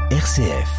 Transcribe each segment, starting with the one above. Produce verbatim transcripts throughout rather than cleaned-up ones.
R C F.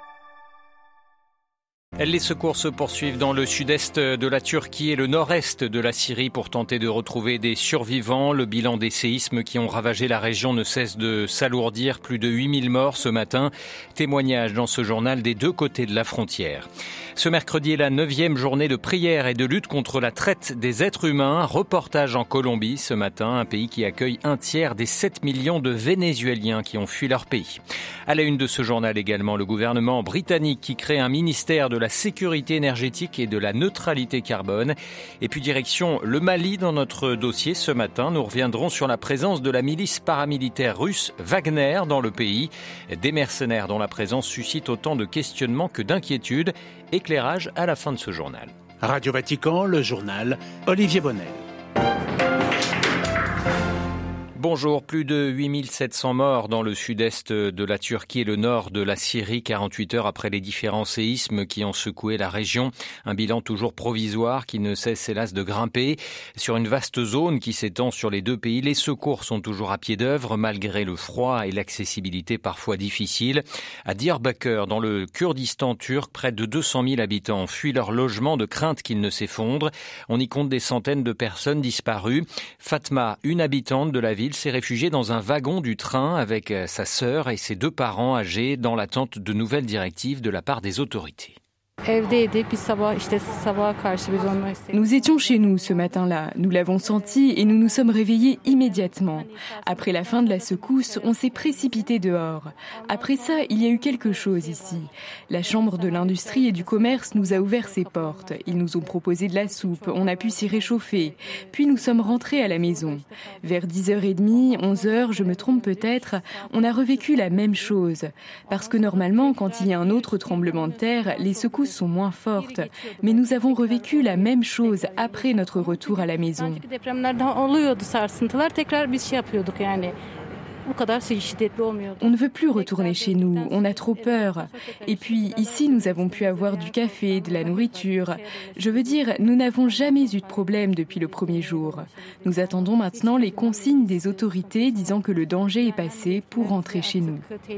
Les secours se poursuivent dans le sud-est de la Turquie et le nord-est de la Syrie pour tenter de retrouver des survivants. Le bilan des séismes qui ont ravagé la région ne cesse de s'alourdir. Plus de huit mille morts ce matin. Témoignage dans ce journal des deux côtés de la frontière. Ce mercredi est la neuvième journée de prière et de lutte contre la traite des êtres humains. Reportage en Colombie ce matin, un pays qui accueille un tiers des sept millions de Vénézuéliens qui ont fui leur pays. À la une de ce journal également, le gouvernement britannique qui crée un ministère de la sécurité énergétique et de la neutralité carbone. Et puis direction le Mali dans notre dossier ce matin. Nous reviendrons sur la présence de la milice paramilitaire russe Wagner dans le pays. Des mercenaires dont la présence suscite autant de questionnements que d'inquiétudes. Éclairage à la fin de ce journal. Radio Vatican, le journal, Olivier Bonnel. Bonjour, plus de huit mille sept cents morts dans le sud-est de la Turquie et le nord de la Syrie, quarante-huit heures après les différents séismes qui ont secoué la région. Un bilan toujours provisoire qui ne cesse hélas de grimper. Sur une vaste zone qui s'étend sur les deux pays, les secours sont toujours à pied d'œuvre malgré le froid et l'accessibilité parfois difficile. À Diyarbakır, dans le Kurdistan turc, près de deux cent mille habitants ont fui leur logement de crainte qu'il ne s'effondre. On y compte des centaines de personnes disparues. Fatma, une habitante de la ville, s'est réfugiée dans un wagon du train avec sa sœur et ses deux parents âgés dans l'attente de nouvelles directives de la part des autorités. Nous étions chez nous ce matin-là, nous l'avons senti et nous nous sommes réveillés immédiatement. Après la fin de la secousse, on s'est précipité dehors. Après ça, il y a eu quelque chose ici. La Chambre de l'industrie et du commerce nous a ouvert ses portes. Ils nous ont proposé de la soupe, on a pu s'y réchauffer. Puis nous sommes rentrés à la maison. Vers dix heures trente, onze heures, je me trompe peut-être, on a revécu la même chose. Parce que normalement, quand il y a un autre tremblement de terre, les secousses sont moins fortes, mais nous avons revécu la même chose après notre retour à la maison. On ne veut plus retourner chez nous, on a trop peur. Et puis ici, nous avons pu avoir du café, de la nourriture. Je veux dire, nous n'avons jamais eu de problème depuis le premier jour. Nous attendons maintenant les consignes des autorités disant que le danger est passé pour rentrer chez nous.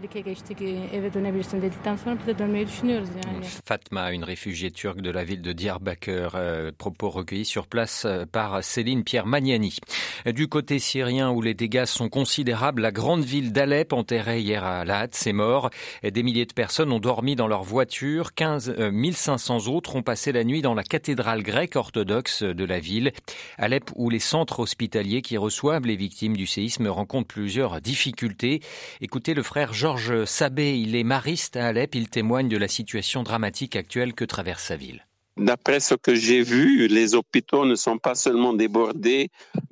Fatma, une réfugiée turque de la ville de Diyarbakır, euh, propos recueillis sur place par Céline Pierre-Magnani. Du côté syrien où les dégâts sont considérables, la grande ville d'Alep, enterrée hier à Lahad, c'est mort. Des milliers de personnes ont dormi dans leur voiture. quinze mille cinq cents autres ont passé la nuit dans la cathédrale grecque orthodoxe de la ville. Alep, où les centres hospitaliers qui reçoivent les victimes du séisme rencontrent plusieurs difficultés. Écoutez le frère Georges Sabé, il est mariste à Alep. Il témoigne de la situation dramatique actuelle que traverse sa ville. D'après ce que j'ai vu, les hôpitaux ne sont pas seulement débordés,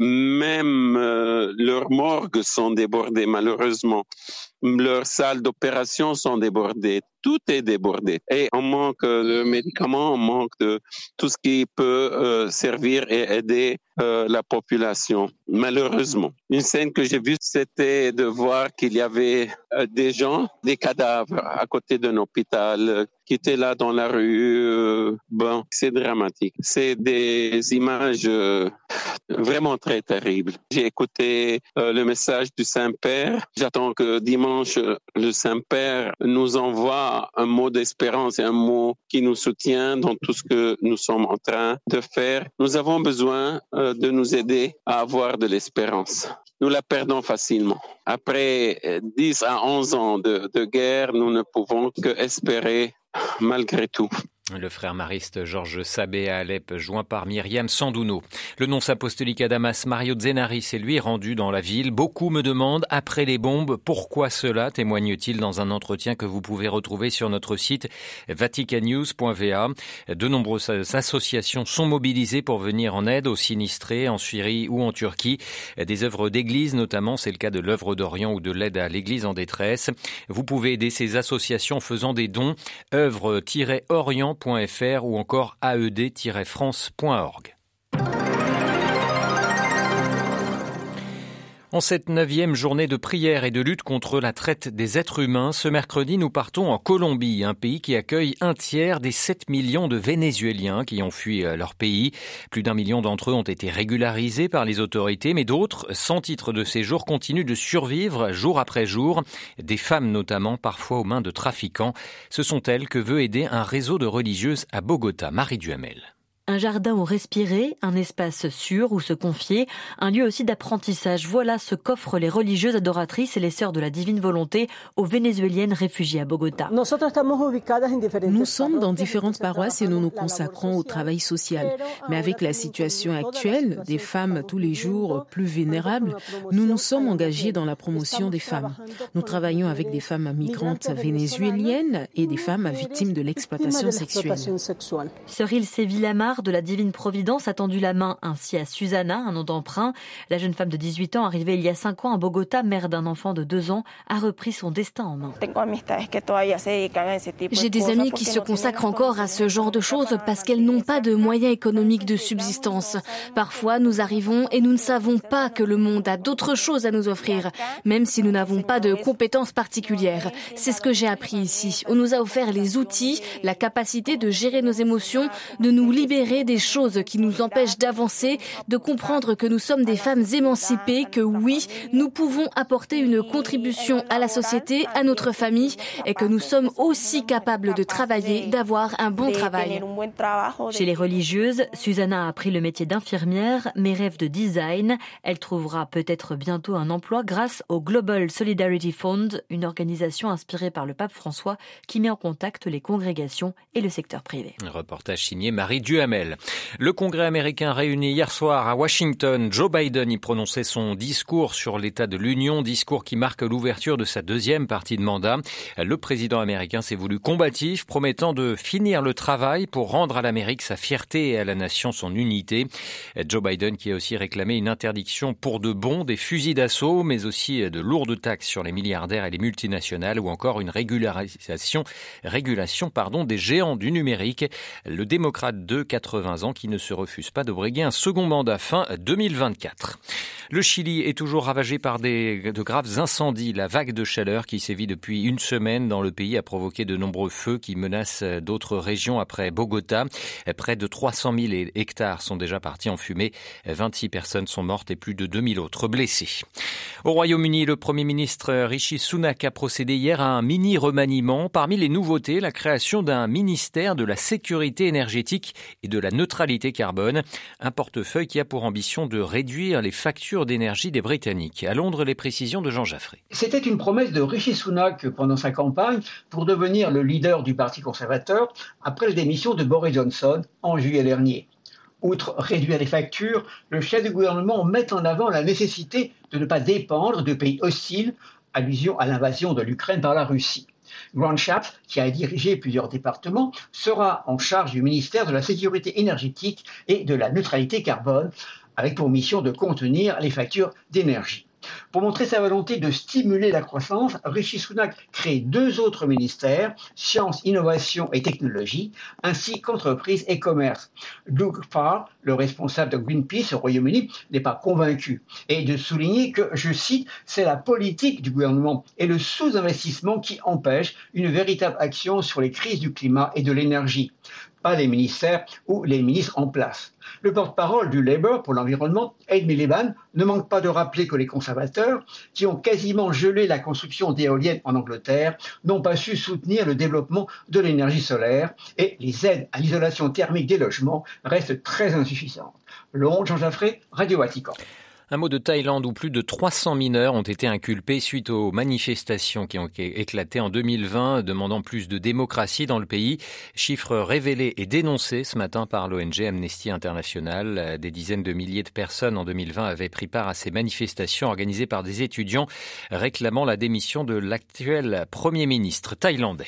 même euh, leurs morgues sont débordées malheureusement. Leurs salles d'opération sont débordées. Tout est débordé. Et on manque de médicaments, on manque de tout ce qui peut euh, servir et aider euh, la population, malheureusement. Une scène que j'ai vue, c'était de voir qu'il y avait euh, des gens, des cadavres à côté d'un hôpital euh, qui étaient là dans la rue. Euh, bon, c'est dramatique. C'est des images euh, vraiment très terribles. J'ai écouté euh, le message du Saint-Père. J'attends que dimanche, le Saint-Père nous envoie un mot d'espérance et un mot qui nous soutient dans tout ce que nous sommes en train de faire. Nous avons besoin euh, de nous aider à avoir de l'espérance. Nous la perdons facilement. Après dix à onze ans de, de guerre, nous ne pouvons que espérer malgré tout. Le frère mariste Georges Sabé à Alep, joint par Myriam Sandouno. Le nonce apostolique à Damas, Mario Zenaris, est lui rendu dans la ville. Beaucoup me demandent, après les bombes, pourquoi cela, témoigne-t-il dans un entretien que vous pouvez retrouver sur notre site vaticannews point v a. De nombreuses associations sont mobilisées pour venir en aide aux sinistrés en Syrie ou en Turquie. Des œuvres d'église notamment, c'est le cas de l'œuvre d'Orient ou de l'aide à l'église en détresse. Vous pouvez aider ces associations faisant des dons, œuvre tiret orient point f r ou encore a e d tiret france point org. En cette neuvième journée de prière et de lutte contre la traite des êtres humains, ce mercredi, nous partons en Colombie, un pays qui accueille un tiers des sept millions de Vénézuéliens qui ont fui leur pays. Plus d'un million d'entre eux ont été régularisés par les autorités, mais d'autres, sans titre de séjour, continuent de survivre jour après jour. Des femmes notamment, parfois aux mains de trafiquants. Ce sont elles que veut aider un réseau de religieuses à Bogota. Marie Duhamel. Un jardin où respirer, un espace sûr où se confier, un lieu aussi d'apprentissage. Voilà ce qu'offrent les religieuses adoratrices et les sœurs de la divine volonté aux Vénézuéliennes réfugiées à Bogota. Nous sommes dans différentes paroisses et nous nous consacrons au travail social. Mais avec la situation actuelle, des femmes tous les jours plus vulnérables, nous nous sommes engagés dans la promotion des femmes. Nous travaillons avec des femmes migrantes vénézuéliennes et des femmes victimes de l'exploitation sexuelle. Sœur Ilse Villamar de la Divine Providence a tendu la main ainsi à Susana, un nom d'emprunt. La jeune femme de dix-huit ans, arrivée il y a cinq ans à Bogota, mère d'un enfant de deux ans, a repris son destin en main. J'ai des amies qui se consacrent encore à ce genre de choses parce qu'elles n'ont pas de moyens économiques de subsistance. Parfois, nous arrivons et nous ne savons pas que le monde a d'autres choses à nous offrir, même si nous n'avons pas de compétences particulières. C'est ce que j'ai appris ici. On nous a offert les outils, la capacité de gérer nos émotions, de nous libérer des choses qui nous empêchent d'avancer, de comprendre que nous sommes des femmes émancipées, que oui, nous pouvons apporter une contribution à la société, à notre famille, et que nous sommes aussi capables de travailler, d'avoir un bon travail. Chez les religieuses, Susana a appris le métier d'infirmière, mais rêve de design. Elle trouvera peut-être bientôt un emploi grâce au Global Solidarity Fund, une organisation inspirée par le pape François qui met en contact les congrégations et le secteur privé. Un reportage signé Marie Duhamel. Le Congrès américain réuni hier soir à Washington, Joe Biden y prononçait son discours sur l'état de l'Union, discours qui marque l'ouverture de sa deuxième partie de mandat. Le président américain s'est voulu combatif, promettant de finir le travail pour rendre à l'Amérique sa fierté et à la nation son unité. Joe Biden qui a aussi réclamé une interdiction pour de bon des fusils d'assaut, mais aussi de lourdes taxes sur les milliardaires et les multinationales ou encore une régularisation, régulation pardon, des géants du numérique. Le démocrate de quatre-vingts ans qui ne se refuse pas de briguer un second mandat fin deux mille vingt-quatre. Le Chili est toujours ravagé par des, de graves incendies. La vague de chaleur qui sévit depuis une semaine dans le pays a provoqué de nombreux feux qui menacent d'autres régions après Bogota. Près de trois cent mille hectares sont déjà partis en fumée. vingt-six personnes sont mortes et plus de deux mille autres blessées. Au Royaume-Uni, le Premier ministre Rishi Sunak a procédé hier à un mini-remaniement. Parmi les nouveautés, la création d'un ministère de la sécurité énergétique et de la neutralité carbone. Un portefeuille qui a pour ambition de réduire les factures d'énergie des Britanniques. À Londres, les précisions de Jean Jaffré. C'était une promesse de Rishi Sunak pendant sa campagne pour devenir le leader du Parti conservateur après la démission de Boris Johnson en juillet dernier. Outre réduire les factures, le chef du gouvernement met en avant la nécessité de ne pas dépendre de pays hostiles, allusion à l'invasion de l'Ukraine par la Russie. Grant Shapps, qui a dirigé plusieurs départements, sera en charge du ministère de la Sécurité énergétique et de la neutralité carbone, avec pour mission de contenir les factures d'énergie. Pour montrer sa volonté de stimuler la croissance, Rishi Sunak crée deux autres ministères, Sciences, Innovation et Technologie, ainsi qu'Entreprise et Commerce. Doug Farr, le responsable de Greenpeace au Royaume-Uni, n'est pas convaincu et de souligner que, je cite, c'est la politique du gouvernement et le sous-investissement qui empêche une véritable action sur les crises du climat et de l'énergie, pas les ministères ou les ministres en place. Le porte-parole du Labour pour l'environnement, Ed Miliband, ne manque pas de rappeler que les conservateurs, qui ont quasiment gelé la construction d'éoliennes en Angleterre, n'ont pas su soutenir le développement de l'énergie solaire et les aides à l'isolation thermique des logements restent très insuffisantes. Londres, Jean Jaffré, Radio Vatican. Un mot de Thaïlande où plus de trois cents mineurs ont été inculpés suite aux manifestations qui ont éclaté en deux mille vingt, demandant plus de démocratie dans le pays. Chiffre révélé et dénoncé ce matin par l'O N G Amnesty International. Des dizaines de milliers de personnes en deux mille vingt avaient pris part à ces manifestations organisées par des étudiants réclamant la démission de l'actuel Premier ministre thaïlandais.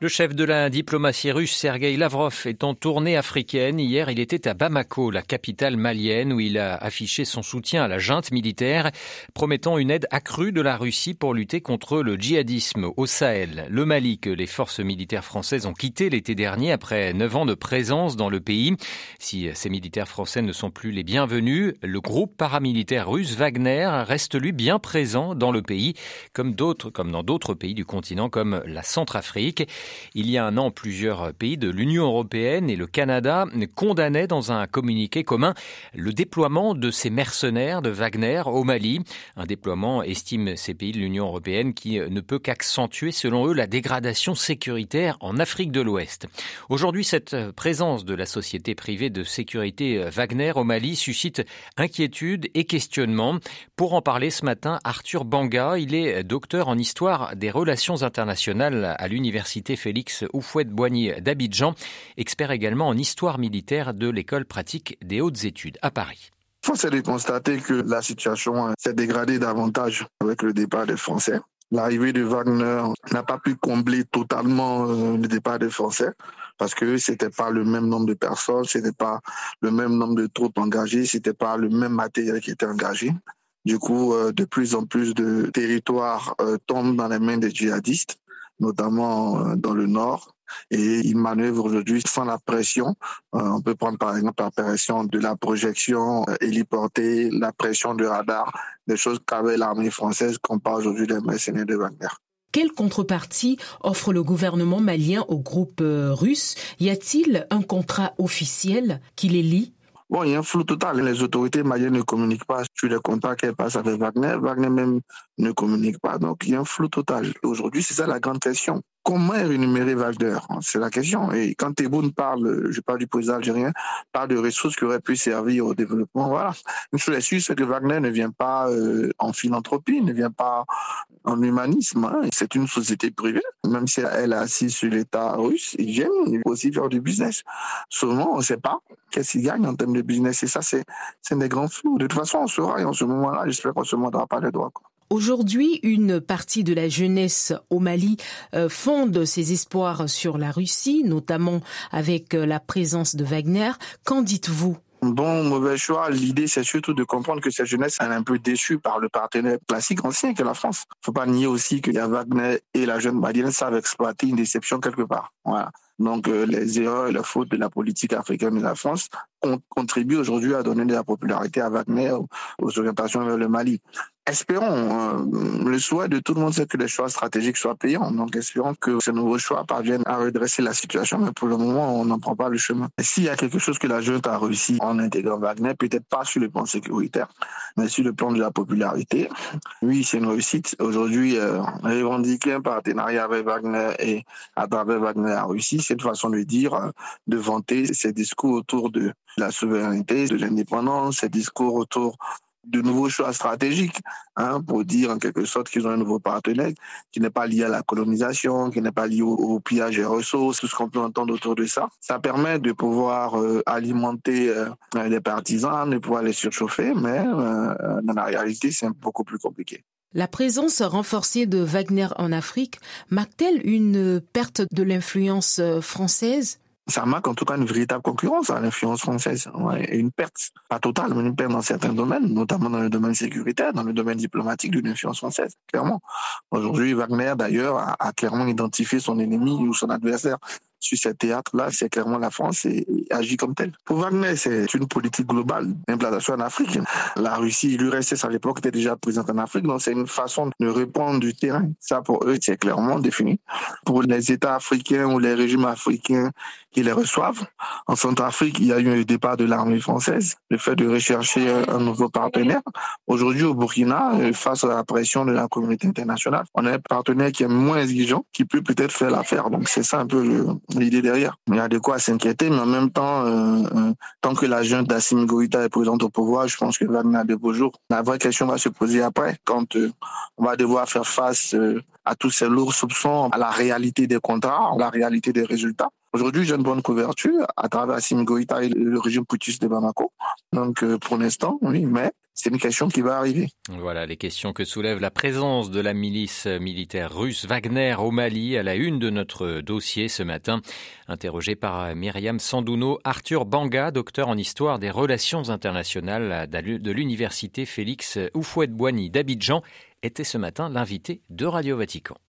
Le chef de la diplomatie russe, Sergueï Lavrov, est en tournée africaine. Hier, il était à Bamako, la capitale malienne, où il a affiché son soutien à la junte militaire, promettant une aide accrue de la Russie pour lutter contre le djihadisme au Sahel. Le Mali, que les forces militaires françaises ont quitté l'été dernier après neuf ans de présence dans le pays. Si ces militaires français ne sont plus les bienvenus, le groupe paramilitaire russe Wagner reste lui bien présent dans le pays, comme d'autres, comme dans d'autres pays du continent, comme la Centrafrique. Il y a un an, plusieurs pays de l'Union européenne et le Canada condamnaient dans un communiqué commun le déploiement de ces mercenaires de Wagner au Mali. Un déploiement, estiment ces pays de l'Union européenne, qui ne peut qu'accentuer, selon eux, la dégradation sécuritaire en Afrique de l'Ouest. Aujourd'hui, cette présence de la société privée de sécurité Wagner au Mali suscite inquiétude et questionnement. Pour en parler ce matin, Arthur Banga, il est docteur en histoire des relations internationales à l'université Félix Houphouët-Boigny d'Abidjan, expert également en histoire militaire de l'école pratique des hautes études à Paris. Force est de constater que la situation s'est dégradée davantage avec le départ des Français. L'arrivée de Wagner n'a pas pu combler totalement le départ des Français parce que c'était pas le même nombre de personnes, c'était pas le même nombre de troupes engagées, c'était pas le même matériel qui était engagé. Du coup, de plus en plus de territoires tombent dans les mains des djihadistes, notamment dans le nord. Et ils manœuvrent aujourd'hui sans la pression. On peut prendre par exemple la pression de la projection héliportée, la pression du radar, des choses qu'avait l'armée française qu'on parle aujourd'hui des mercenaires de Wagner. Quelle contrepartie offre le gouvernement malien au groupe russe ? Y a-t-il un contrat officiel qui les lie ? Bon, il y a un flou total. Les autorités maliennes ne communiquent pas sur les contrats qu'elles passent avec Wagner. Wagner même ne communique pas. Donc, il y a un flou total. Aujourd'hui, c'est ça la grande question. Comment est rémunéré Wagner ? C'est la question. Et quand Tebboune parle, je parle du président algérien, parle de ressources qui auraient pu servir au développement, voilà. Une chose est sûre, c'est que Wagner ne vient pas euh, en philanthropie, ne vient pas en humanisme. Hein. C'est une société privée. Même si elle est assise sur l'État russe, ils viennent aussi faire du business. Seulement, on ne sait pas qu'est-ce qu'ils gagnent en termes de business. Et ça, c'est, c'est des grands flous. De toute façon, on saura. Et en ce moment-là, j'espère qu'on ne se mordra pas les doigts, quoi. Aujourd'hui, une partie de la jeunesse au Mali euh, fonde ses espoirs sur la Russie, notamment avec euh, la présence de Wagner. Qu'en dites-vous ? Bon, mauvais choix. L'idée, c'est surtout de comprendre que cette jeunesse est un peu déçue par le partenaire classique ancien qu'est la France. Faut pas nier aussi qu'il y a Wagner et la jeune malienne savent exploiter une déception quelque part. Voilà. Donc, euh, les erreurs et les fautes de la politique africaine de la France ont contribué aujourd'hui à donner de la popularité à Wagner aux, aux orientations vers le Mali. Espérons, euh, le souhait de tout le monde, c'est que les choix stratégiques soient payants. Donc, espérons que ces nouveaux choix parviennent à redresser la situation. Mais pour le moment, on n'en prend pas le chemin. Et s'il y a quelque chose que la junte a réussi en intégrant Wagner, peut-être pas sur le plan sécuritaire, mais sur le plan de la popularité, oui, c'est une réussite. Aujourd'hui, euh, revendiquer un partenariat avec Wagner et à travers Wagner la Russie, c'est une façon de dire, euh, de vanter ces discours autour de la souveraineté, de l'indépendance, ces discours autour de nouveaux choix stratégiques, hein, pour dire en quelque sorte qu'ils ont un nouveau partenaire qui n'est pas lié à la colonisation, qui n'est pas lié au, au pillage des ressources, tout ce qu'on peut entendre autour de ça. Ça permet de pouvoir euh, alimenter euh, les partisans, de pouvoir les surchauffer, mais euh, dans la réalité, c'est beaucoup plus compliqué. La présence renforcée de Wagner en Afrique marque-t-elle une perte de l'influence française ? Ça marque en tout cas une véritable concurrence à l'influence française. Ouais, et une perte, pas totale, mais une perte dans certains domaines, notamment dans le domaine sécuritaire, dans le domaine diplomatique de l'influence française, clairement. Aujourd'hui, Wagner, d'ailleurs, a, a clairement identifié son ennemi ou son adversaire. Sur ces théâtres-là, c'est clairement la France et, et agit comme telle. Pour Wagner, c'est une politique globale d'implantation en Afrique. La Russie, l'U R S S à l'époque était déjà présente en Afrique, donc c'est une façon de répondre du terrain. Ça, pour eux, c'est clairement défini. Pour les États africains ou les régimes africains qui les reçoivent, en Centrafrique, il y a eu un départ de l'armée française, le fait de rechercher un nouveau partenaire. Aujourd'hui, au Burkina, face à la pression de la communauté internationale, on a un partenaire qui est moins exigeant, qui peut peut-être faire l'affaire. Donc c'est ça un peu le l'idée derrière. Il y a de quoi s'inquiéter, mais en même temps, euh, euh, tant que la junte d'Assimi Goïta est présente au pouvoir, je pense que Wagner a de beaux jours. La vraie question va se poser après, quand euh, on va devoir faire face euh, à tous ces lourds soupçons, à la réalité des contrats, à la réalité des résultats. Aujourd'hui, j'ai une bonne couverture à travers Assimi Goïta et le régime putschiste de Bamako. Donc, euh, pour l'instant, oui, mais c'est une question qui va arriver. Voilà les questions que soulève la présence de la milice militaire russe Wagner au Mali à la une de notre dossier ce matin. Interrogé par Myriam Sandouno, Arthur Banga, docteur en histoire des relations internationales de l'université Félix Houphouët-Boigny d'Abidjan, était ce matin l'invité de Radio Vatican.